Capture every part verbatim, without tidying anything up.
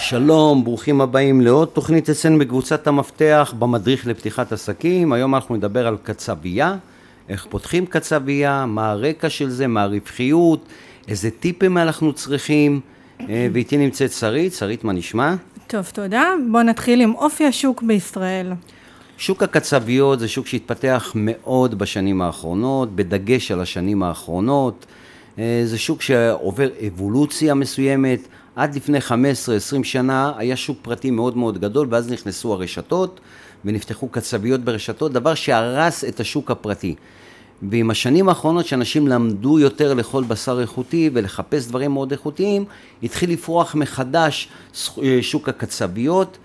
שלום, ברוכים הבאים לעוד תוכנית אצלנו בקבוצת המפתח במדריך לפתיחת עסקים. היום אנחנו נדבר על קצבייה, איך פותחים קצבייה, מה הרקע של זה, מה הרווחיות, איזה טיפים אנחנו צריכים, ואיתי נמצאת שרית. שרית, מה נשמע? טוב, תודה. בואו נתחיל עם אופי השוק בישראל. שוק הקצביות זה שוק שהתפתח מאוד בשנים האחרונות, בדגש על השנים האחרונות. זה שוק שעובר אבולוציה מסוימת. עד לפני חמש עשרה עשרים שנה היה שוק פרטי מאוד מאוד גדול, ואז נכנסו הרשתות ונפתחו קצביות ברשתות, דבר שהרס את השוק הפרטי. ועם השנים האחרונות שאנשים למדו יותר לאכול בשר איכותי ולחפש דברים מאוד איכותיים, התחיל לפרוח מחדש שוק הקצביות,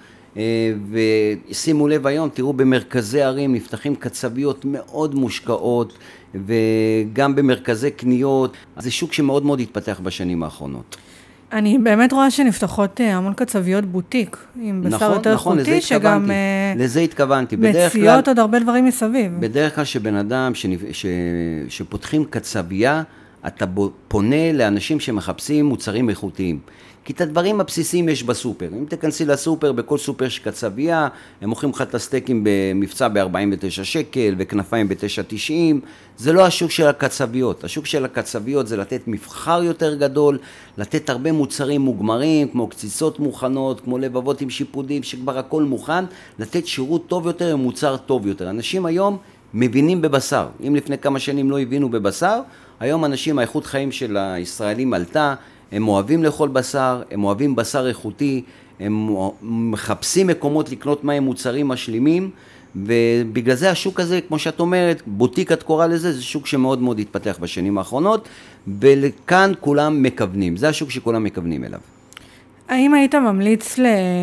ושימו לב היום, תראו במרכזי ערים נפתחים קצביות מאוד מושקעות, וגם במרכזי קניות. זה שוק שמאוד מאוד התפתח בשנים האחרונות. אני באמת רואה שנפתחות המון קצביות בוטיק, עם בשר נכון, יותר נכון, איכותי, שגם לזה התכוונתי. מציעות עוד הרבה דברים מסביב. בדרך כלל שבן אדם שנפ... ש... שפותחים קצבייה, אתה פונה לאנשים שמחפשים מוצרים איכותיים. כי את הדברים הבסיסיים יש בסופר. אם תכנסי לסופר, בכל סופר יש קצבייה, הם מוכרים לך את הסטייקים במבצע ב-ארבעים ותשעה שקל, וכנפיים ב-תשע תשעים. זה לא השוק של הקצביות. השוק של הקצביות זה לתת מבחר יותר גדול, לתת הרבה מוצרים מוגמרים, כמו קציצות מוכנות, כמו לבבות עם שיפודים, שכבר הכל מוכן, לתת שירות טוב יותר ומוצר טוב יותר. אנשים היום מבינים בבשר. אם לפני כמה שנים לא הבינו בבשר, היום אנשים, האיכות חיים של הישראלים עלתה, הם אוהבים לאכול בשר, הם אוהבים בשר איכותי, הם מחפשים מקומות לקנות מהם מוצרים משלימים, ובגלל זה השוק הזה, כמו שאת אומרת, בוטיק את קורא לזה, זה שוק שמאוד מאוד התפתח בשנים האחרונות, ולכאן כולם מכוונים, זה השוק שכולם מכוונים אליו. האם היית ממליץ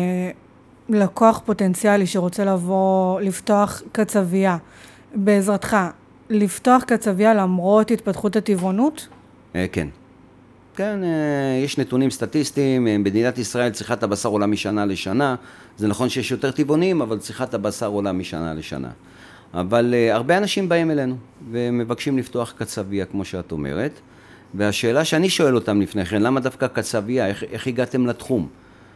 ללקוח פוטנציאלי שרוצה לבוא, לפתוח קצבייה, בעזרתך, לפתוח קצבייה למרות התפתחות הטבעונות? כן. כן, יש נתונים סטטיסטיים, מדינת ישראל צריכת הבשר עולה משנה לשנה, זה נכון שיש יותר טבעונים, אבל צריכת הבשר עולה משנה לשנה. אבל הרבה אנשים באים אלינו ומבקשים לפתוח קצבייה, כמו שאת אומרת, והשאלה שאני שואל אותם לפני כן, למה דווקא קצבייה, איך, איך הגעתם לתחום?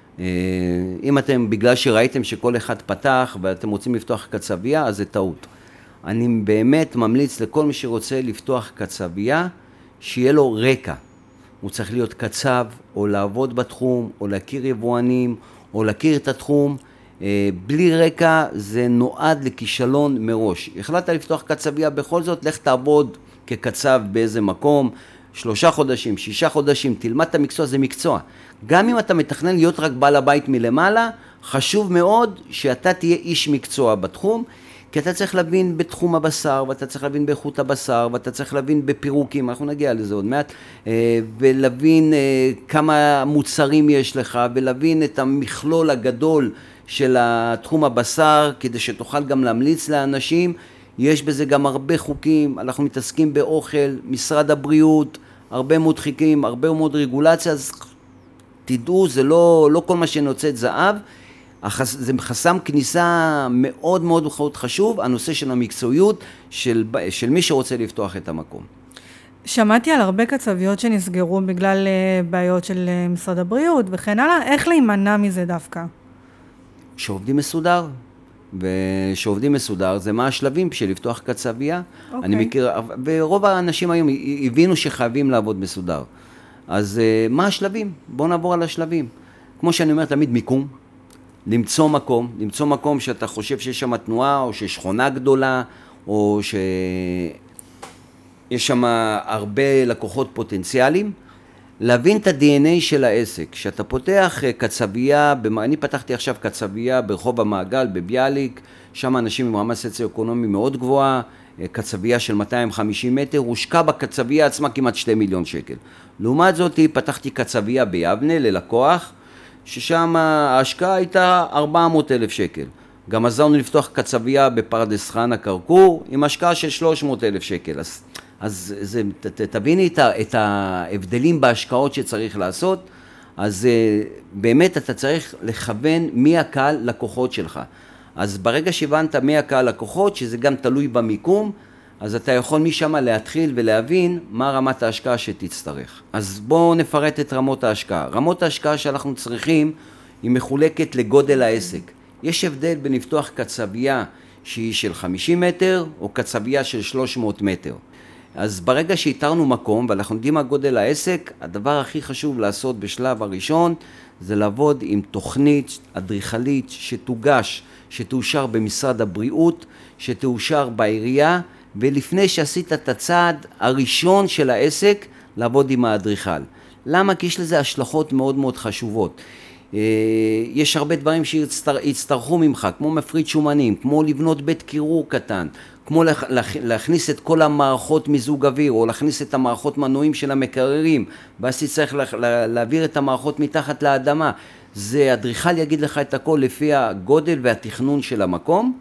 אם אתם, בגלל שראיתם שכל אחד פתח ואתם רוצים לפתוח קצבייה, אז זה טעות. אני באמת ממליץ לכל מי שרוצה לפתוח קצבייה, שיהיה לו רקע. הוא צריך להיות קצב, או לעבוד בתחום, או להכיר יבואנים, או להכיר את התחום. בלי רקע זה נועד לכישלון מראש. החלטת לפתוח קצבייה, בכל זאת לך תעבוד כקצב באיזה מקום, שלושה חודשים, שישה חודשים, תלמד את המקצוע, זה מקצוע. גם אם אתה מתכנן להיות רק בעל הבית מלמעלה, חשוב מאוד שאתה תהיה איש מקצוע בתחום, כי אתה צריך להבין בתחום הבשר, ואתה צריך להבין באיכות הבשר, ואתה צריך להבין בפירוקים, אנחנו נגיע לזה עוד מעט, ולהבין כמה מוצרים יש לך, ולהבין את המכלול הגדול של תחום הבשר, כדי שתוכל גם להמליץ לאנשים. יש בזה גם הרבה חוקים, אנחנו מתעסקים באוכל, משרד הבריאות, הרבה מאוד חוקים, הרבה מאוד רגולציה, אז תדעו, זה לא, לא כל מה שנוצאת זהב, זה חסם כניסה מאוד מאוד חשוב, הנושא של המקצועיות של, של מי שרוצה לפתוח את המקום. שמעתי על הרבה קצביות שנסגרו בגלל בעיות של משרד הבריאות וכן הלאה, איך להימנע מזה דווקא? שעובדים מסודר, ושעובדים מסודר זה מה השלבים בשביל לפתוח קצבייה. Okay. אני מכיר, ורוב האנשים היום הבינו שחייבים לעבוד מסודר. אז מה השלבים? בואו נעבור על השלבים. כמו שאני אומר תמיד, מיקום. למצוא מקום, למצוא מקום שאתה חושב שיש שם תנועה, או שיש שכונה גדולה, או שיש שם הרבה לקוחות פוטנציאליים, להבין את ה-די אן איי של העסק. כשאתה פותח קצבייה, אני פתחתי עכשיו קצבייה ברחוב המעגל, בביאליק, שם אנשים עם רמה סוציו-אקונומי מאוד גבוהה, קצבייה של מאתיים וחמישים מטר, הושקע בקצבייה עצמה כמעט שני מיליון שקל. לעומת זאת, פתחתי קצבייה ביבנה ללקוח, ששם ההשקעה הייתה ארבע מאות אלף שקל. גם עזרנו לפתוח קצבייה בפרדס חנה כרכור, עם השקעה של שלוש מאות אלף שקל. אז, אז זה, ת, ת, תביני את, ה, את ההבדלים בהשקעות שצריך לעשות, אז באמת אתה צריך לכוון מי הקהל לקוחות שלך. אז ברגע שהבנת מי הקהל לקוחות, שזה גם תלוי במיקום, אז אתה יכול משם להתחיל ולהבין מה רמת ההשקעה שתצטרך. אז בואו נפרט את רמות ההשקעה. רמות ההשקעה שאנחנו צריכים, היא מחולקת לגודל העסק. יש הבדל בין לפתוח קצבייה שהיא של חמישים מטר או קצבייה של שלוש מאות מטר. אז ברגע שהתארנו מקום ואנחנו יודעים מה גודל העסק, הדבר הכי חשוב לעשות בשלב הראשון זה לעבוד עם תוכנית אדריכלית שתוגש, שתאושר במשרד הבריאות, שתאושר בעירייה, ולפני שעשית את הצעד הראשון של העסק, לעבוד עם האדריכל. למה? כי יש לזה השלכות מאוד מאוד חשובות. יש הרבה דברים שיצטרכו ממך, כמו מפריד שומנים, כמו לבנות בית קירור קטן, כמו להכניס את כל המערכות מיזוג אוויר, או להכניס את המערכות מנועים של המקררים, ואז תצטרך להעביר את המערכות מתחת לאדמה. זה אדריכל יגיד לך את הכל לפי הגודל והתכנון של המקום,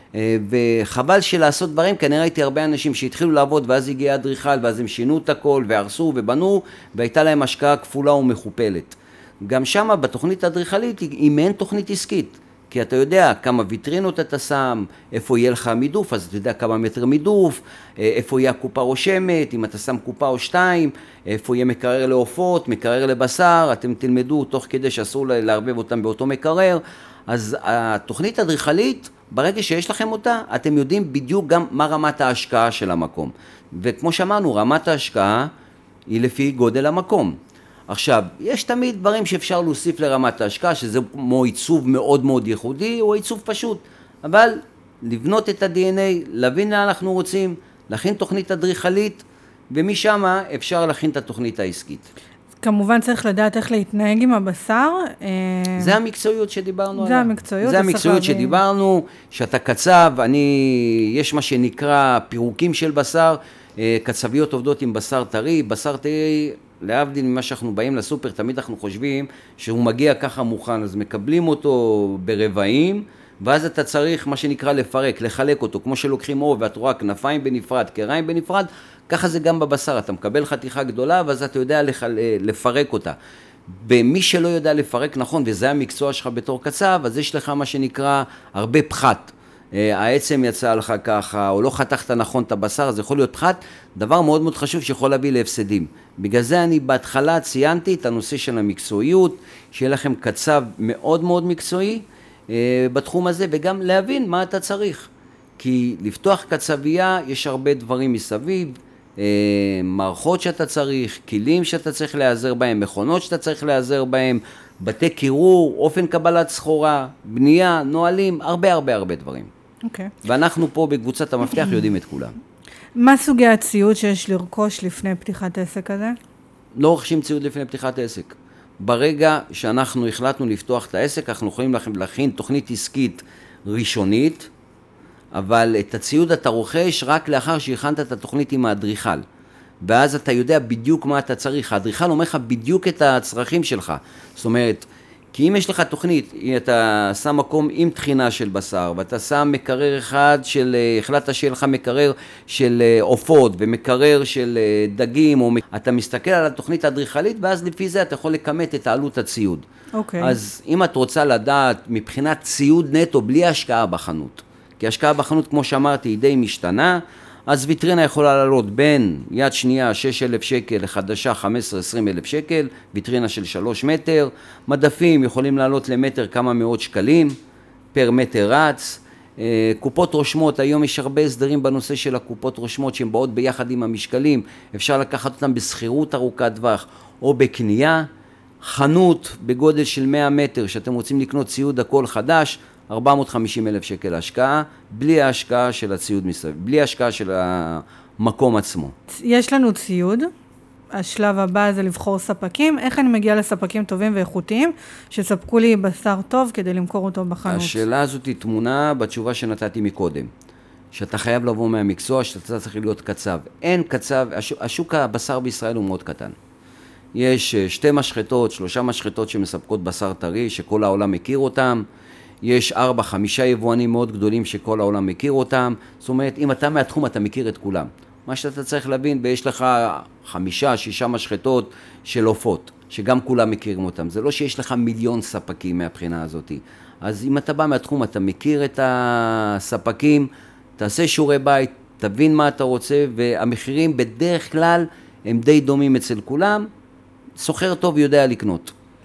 וחבל שלעשות דברים, כנראה ראיתי הרבה אנשים שהתחילו לעבוד, ואז הגיע אדריכל, ואז הם שינו את הכל, והרסו ובנו, והייתה להם השקעה כפולה ומכופלת. גם שם בתוכנית האדריכלית היא מעין תוכנית עסקית, כי אתה יודע כמה ויטרינות אתה שם, איפה יהיה לך מידוף, אז אתה יודע כמה מטר מידוף, איפה יהיה הקופה רושמת, אם אתה שם קופה או שתיים, איפה יהיה מקרר לעופות, מקרר לבשר, אתם תלמדו תוך כדי שאסור לערבב אותם באותו מקרר. אז התוכנית האדריכלית, ברגע שיש לכם אותה, אתם יודעים בדיוק גם מה רמת ההשקעה של המקום. וכמו שאמרנו, רמת ההשקעה היא לפי גודל המקום. עכשיו, יש תמיד דברים שאפשר להוסיף לרמת ההשקעה, שזה כמו עיצוב מאוד מאוד ייחודי, או עיצוב פשוט. אבל לבנות את ה-די אן איי, להבין מה אנחנו רוצים, להכין תוכנית אדריכלית, ומשם אפשר להכין את התוכנית העסקית. כמובן צריך לדעת איך להתנהג עם הבשר. זה המקצועיות שדיברנו עליה. זה המקצועיות. זה המקצועיות שדיברנו, שאתה קצב, אני, יש מה שנקרא פירוקים של בשר, קצביות עובדות עם בשר טרי, בשר טרי, להבדיל ממה שאנחנו באים לסופר, תמיד אנחנו חושבים שהוא מגיע ככה מוכן, אז מקבלים אותו ברבעים, ואז אתה צריך מה שנקרא לפרק, לחלק אותו, כמו שלוקחים עוף, ואת רואה כנפיים בנפרד, קריים בנפרד, ככה זה גם בבשר, אתה מקבל חתיכה גדולה, ואז אתה יודע לפרק אותה. במי שלא יודע לפרק נכון, וזה המקצוע שלך בתור קצב, אז יש לך מה שנקרא הרבה פחת. העצם יצא לך ככה, או לא חתכת נכון את הבשר, אז יכול להיות פחת, דבר מאוד מאוד חשוב שיכול להביא להפסדים. בגלל זה אני בהתחלה ציינתי את הנושא של המקצועיות, שיהיה לכם קצב מאוד מאוד מקצועי אה, בתחום הזה, וגם להבין מה אתה צריך. כי לפתוח קצבייה יש הרבה דברים מסביב, אה, מערכות שאתה צריך, כלים שאתה צריך להיעזר בהם, מכונות שאתה צריך להיעזר בהם, בתי קירור, אופן קבלת סחורה, בנייה, נועלים, הרבה הרבה הרבה דברים. אוקיי. ואנחנו פה בקבוצת המפתח יודעים את כולם. מה סוגי הציוד שיש לרכוש לפני פתיחת עסק הזה? לא רוכשים ציוד לפני פתיחת עסק. ברגע שאנחנו החלטנו לפתוח את העסק, אנחנו יכולים להכין תוכנית עסקית ראשונית, אבל את הציוד אתה רוכש רק לאחר שהכנת את התוכנית עם האדריכל. ואז אתה יודע בדיוק מה אתה צריך. האדריכל אומר לך בדיוק את הצרכים שלך. זאת אומרת, כי אם יש לך תוכנית, אתה שם מקום עם תחינה של בשר, ואתה שם מקרר אחד של, החלטת שיהיה לך מקרר של עופות, ומקרר של דגים, או, אתה מסתכל על התוכנית האדריכלית, ואז לפי זה אתה יכול לקמת את העלות הציוד. אוקיי. אז אם את רוצה לדעת מבחינת ציוד נטו, בלי השקעה בחנות, כי השקעה בחנות, כמו שאמרתי, היא די משתנה, אז ויטרינה יכולה לעלות בין יד שנייה שש אלף שקל לחדשה חמש עשרה עשרים אלף שקל, ויטרינה של שלוש מטר, מדפים יכולים לעלות למטר כמה מאות שקלים פר מטר רץ, קופות רושמות, היום יש הרבה הסדרים בנושא של הקופות רושמות שהן באות ביחד עם המשקלים, אפשר לקחת אותם בסחירות ארוכת טווח או בקנייה, חנות בגודל של מאה מטר שאתם רוצים לקנות ציוד הכל חדש, ארבע מאות וחמישים אלף שקל השקעה, בלי ההשקעה של הציוד מסביב, בלי ההשקעה של המקום עצמו. יש לנו ציוד, השלב הבא זה לבחור ספקים, איך אני מגיעה לספקים טובים ואיכותיים, שספקו לי בשר טוב כדי למכור אותו בחנות? השאלה הזאת היא תמונה בתשובה שנתתי מקודם, שאתה חייב לבוא מהמקצוע, שאתה צריך להיות קצב. אין קצב, השוק הבשר בישראל הוא מאוד קטן. יש שתי משחטות, שלושה משחטות שמספקות בשר טרי, שכל העולם מכיר אותם, יש ארבע, חמישה יבואנים מאוד גדולים שכל העולם מכיר אותם, זאת אומרת, אם אתה מהתחום אתה מכיר את כולם. מה שאתה צריך להבין, ויש לך חמישה, שישה משחטות של עופות, שגם כולם מכירים אותם. זה לא שיש לך מיליון ספקים מהבחינה הזאת. אז אם אתה בא מהתחום, אתה מכיר את הספקים, תעשה שיעורי בית, תבין מה אתה רוצה, והמחירים בדרך כלל הם די דומים אצל כולם, סוחר טוב יודע לקנות.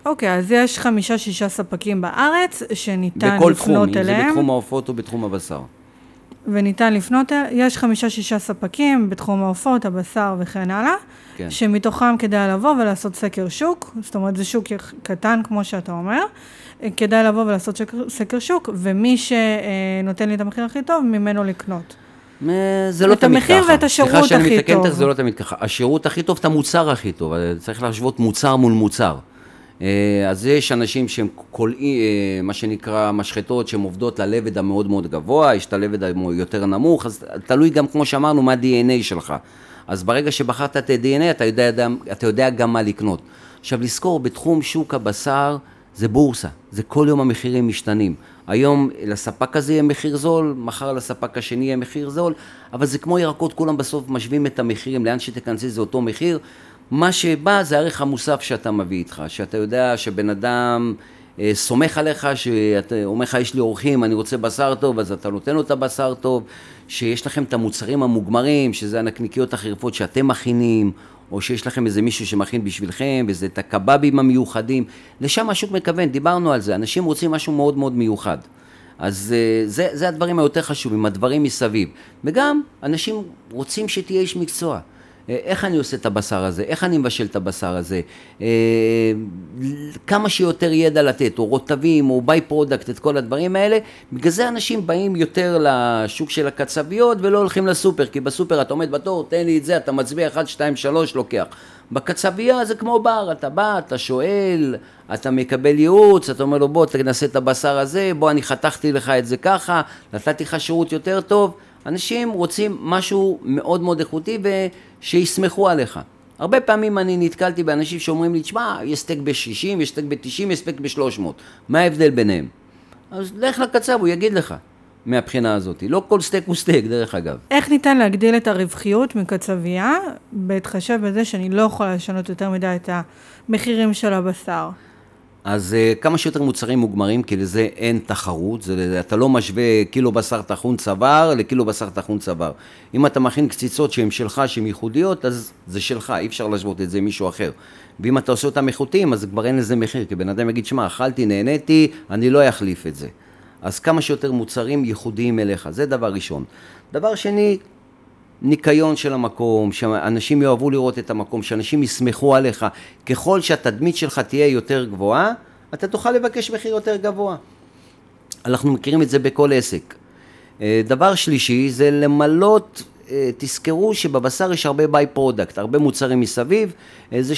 אוקיי, אז יש חמישה, שישה ספקים בארץ שניתן בכל לפנות תחום, אם אליהם. זה בתחום העופות או בתחום הבשר. וניתן לפנות, יש חמישה, שישה ספקים בתחום העופות, הבשר וכן הלאה, כן. שמתוכם כדאי לבוא ולעשות סקר שוק, זאת אומרת זה שוק קטן כמו שאתה אומר, כדאי לבוא ולעשות סקר, סקר שוק, ומי שנותן לי את המחיר הכי טוב, ממנו לקנות. זה לא תמיד ככה. את המחיר ואת השירות הכי טוב. סליחה שאני מתקן אותך, זה לא תמיד ככה. השירות הכי טוב, את המוצר הכי טוב. צריך להשוות מוצר מול מוצר. אז יש אנשים שהם קולעים, מה שנקרא משחטות, שהן עובדות ללבד המאוד מאוד גבוה, יש את הלבד היותר נמוך, אז תלוי גם כמו שאמרנו מה ה-די אן איי שלך. אז ברגע שבחרת את ה-די אן איי, אתה יודע, אתה יודע גם מה לקנות. עכשיו לזכור, בתחום שוק הבשר, זה בורסה, זה כל יום המחירים משתנים. היום לספק הזה יהיה מחיר זול, מחר לספק השני יהיה מחיר זול, אבל זה כמו ירקות, כולם בסוף משווים את המחירים, לאן שתכנסי זה אותו מחיר. מה שבא זה הערך המוסף שאתה מביא איתך, שאתה יודע שבן אדם אה, סומך עליך, שאתה אומר לך יש לי אורחים, אני רוצה בשר טוב, אז אתה נותן לו את הבשר טוב, שיש לכם את המוצרים המוגמרים, שזה הנקניקיות החרפות שאתם מכינים, או שיש לכם איזה מישהו שמכין בשבילכם, וזה את הקבבים המיוחדים, לשם השוק מכוון, דיברנו על זה, אנשים רוצים משהו מאוד מאוד מיוחד. אז זה, זה הדברים היותר חשובים, הדברים מסביב. וגם אנשים רוצים שתהיה איש מקצוע. איך אני עושה את הבשר הזה? איך אני מבשל את הבשר הזה? כמה שיותר ידע לתת, או רוטבים, או ביי פרודקט, את כל הדברים האלה. בגלל זה אנשים באים יותר לשוק של הקצביות, ולא הולכים לסופר, כי בסופר אתה עומד בתור, תן לי את זה, אתה מצביע אחת, שתיים, שלוש, לוקח. בקצבייה זה כמו בר, אתה בא, אתה שואל, אתה מקבל ייעוץ, אתה אומר לו בוא תנסה את הבשר הזה, בוא אני חתכתי לך את זה ככה, נתתי לך שירות יותר טוב. אנשים רוצים משהו מאוד מאוד איכותי ושיסמכו עליך. הרבה פעמים אני נתקלתי באנשים שאומרים לי, תשמע, יש סטייק ב-שישים, יש סטייק ב-תשעים, יש סטייק ב-שלוש מאות. מה ההבדל ביניהם? אז לך לקצב, הוא יגיד לך מהבחינה הזאת. לא כל סטייק הוא סטייק, דרך אגב. איך ניתן להגדיל את הרווחיות מקצבייה, בהתחשב בזה שאני לא יכולה לשנות יותר מדי את המחירים של הבשר? אז uh, כמה שיותר מוצרים מוגמרים, כי לזה אין תחרות, זה, אתה לא משווה קילו בשר טחון צוואר לקילו בשר טחון צוואר. אם אתה מכין קציצות שהן שלך, שהן ייחודיות, אז זה שלך, אי אפשר להשוות את זה מישהו אחר. ואם אתה עושה אותם איכותיים, אז כבר אין לזה מחיר, כי בן אדם יגיד, שמה, אכלתי, נהניתי, אני לא אחליף את זה. אז כמה שיותר מוצרים ייחודיים אליך, זה דבר ראשון. דבר שני, ניקיון של המקום, שאנשים יאהבו לראות את המקום, שאנשים יסמכו עליך. ככל שהתדמית שלך תהיה יותר גבוהה, אתה תוכל לבקש מחיר יותר גבוה. אנחנו מכירים את זה בכל עסק. דבר שלישי זה למלות, תזכרו שבבשר יש הרבה ביי פרודקט, הרבה מוצרים מסביב, איזה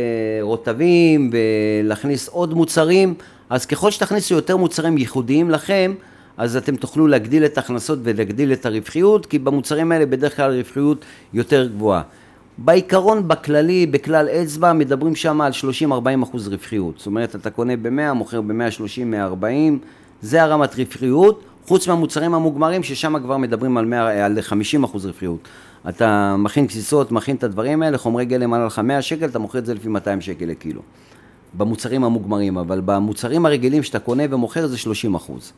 שרוטבים ולהכניס עוד מוצרים, אז ככל שתכניסו יותר מוצרים ייחודיים לכם, אז אתם תוכלו להגדיל את ההכנסות ולהגדיל את הרווחיות, כי במוצרים האלה בדרך כלל הרווחיות יותר גבוהה. בעיקרון, בכללי, בכלל אצבע, מדברים שם על שלושים עד ארבעים אחוז רווחיות. זאת אומרת, אתה קונה ב-מאה, מוכר ב-מאה שלושים, מאה ארבעים, זה הרמת רווחיות, חוץ מהמוצרים המוגמרים, ששם כבר מדברים על, מאה, על חמישים אחוז רווחיות. אתה מכין כסיסות, מכין את הדברים האלה, חומרי גלם עלה לך מאה שקל, אתה מוכר את זה לפי מאתיים שקל לקילו. במוצרים המוגמרים, אבל במוצרים הרגילים שאתה קונה ומוכר זה שלושים אחוז.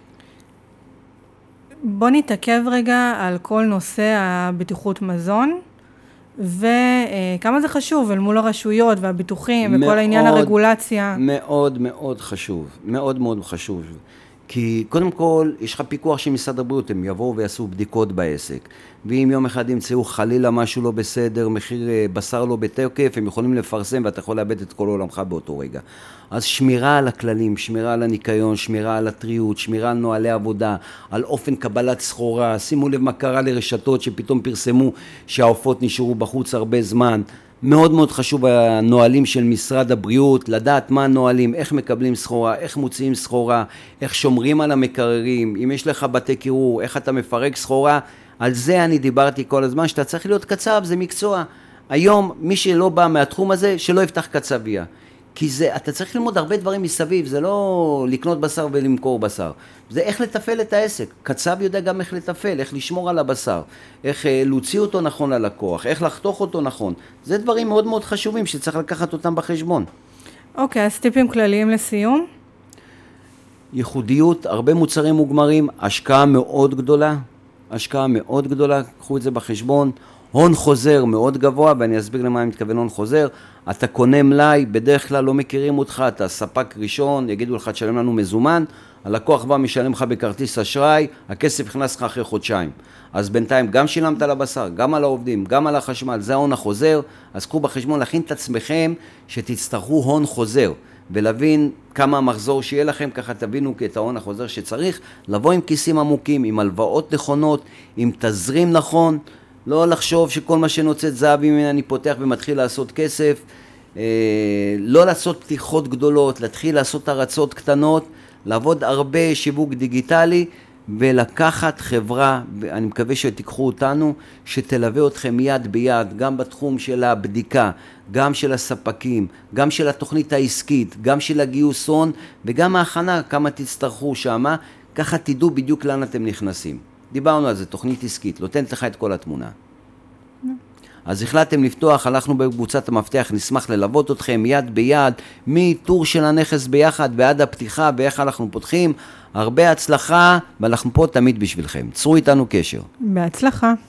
בוא נתעכב רגע על כל נושא הבטיחות מזון, וכמה זה חשוב אל מול הרשויות והביטוחים וכל מאוד, העניין הרגולציה. מאוד מאוד חשוב, מאוד מאוד חשוב. כי קודם כל, יש לך פיקוח של משרד הבריאות, הם יבואו ויעשו בדיקות בעסק. ואם יום אחד ימצאו חלילה משהו לא בסדר, מחיר בשר לא בתוקף, הם יכולים לפרסם ואתה יכול לאבד את כל עולמך באותו רגע. אז שמירה על הכללים, שמירה על הניקיון, שמירה על הטריות, שמירה על נוהלי עבודה, על אופן קבלת סחורה, שימו לב מה קרה לרשתות שפתאום פרסמו שהעופות נשארו בחוץ הרבה זמן. מאוד מאוד חשוב הנוהלים של משרד הבריאות, לדעת מה הנוהלים, איך מקבלים סחורה, איך מוציאים סחורה, איך שומרים על המקררים, אם יש לך בתי קירור, איך אתה מפרק סחורה, על זה אני דיברתי כל הזמן, שאתה צריך להיות קצב, זה מקצוע. היום מי שלא בא מהתחום הזה, שלא יפתח קצביה. כי זה, אתה צריך ללמוד הרבה דברים מסביב, זה לא לקנות בשר ולמכור בשר. זה איך לטפל את העסק. קצב יודע גם איך לטפל, איך לשמור על הבשר, איך להוציא אותו נכון ללקוח, איך לחתוך אותו נכון. זה דברים מאוד מאוד חשובים שצריך לקחת אותם בחשבון. אוקיי, אז טיפים כלליים לסיום? ייחודיות, הרבה מוצרים מוגמרים, השקעה מאוד גדולה, השקעה מאוד גדולה, קחו את זה בחשבון. הון חוזר מאוד גבוה, ואני אסביר למה אני מתכוון הון חוזר. אתה קונה מלאי, בדרך כלל לא מכירים אותך, אתה ספק ראשון, יגידו לך תשלם לנו מזומן, הלקוח בא משלם לך בכרטיס אשראי, הכסף נכנס לך אחרי חודשיים. אז בינתיים גם שילמת על הבשר, גם על העובדים, גם על החשמל, זה ההון החוזר, אז קחו בחשבון להכין את עצמכם שתצטרכו הון חוזר, ולהבין כמה המחזור שיהיה לכם, ככה תבינו את ההון החוזר שצריך, לבוא עם כיסים עמוקים, עם הלוואות נכונות, עם תזרים נכון, לא לחשוב שכל מה שנוצאת זהב אם אני פותח ומתחיל לעשות כסף, לא לעשות פתיחות גדולות, להתחיל לעשות הרצות קטנות, לעבוד הרבה שיווק דיגיטלי, ולקחת חברה, אני מקווה שתיקחו אותנו, שתלווה אתכם יד ביד, גם בתחום של הבדיקה, גם של הספקים, גם של התוכנית העסקית, גם של הגיוס הון, וגם ההכנה, כמה תצטרכו שמה, ככה תדעו בדיוק לאן אתם נכנסים. דיברנו על זה, תוכנית עסקית, נותנת לך את כל התמונה. אז החלטתם לפתוח, הלכנו בקבוצת המפתח, נשמח ללוות אתכם יד ביד, מטור של הנכס ביחד ועד הפתיחה ואיך אנחנו פותחים. הרבה הצלחה, ואנחנו פה תמיד בשבילכם. צרו איתנו קשר. בהצלחה.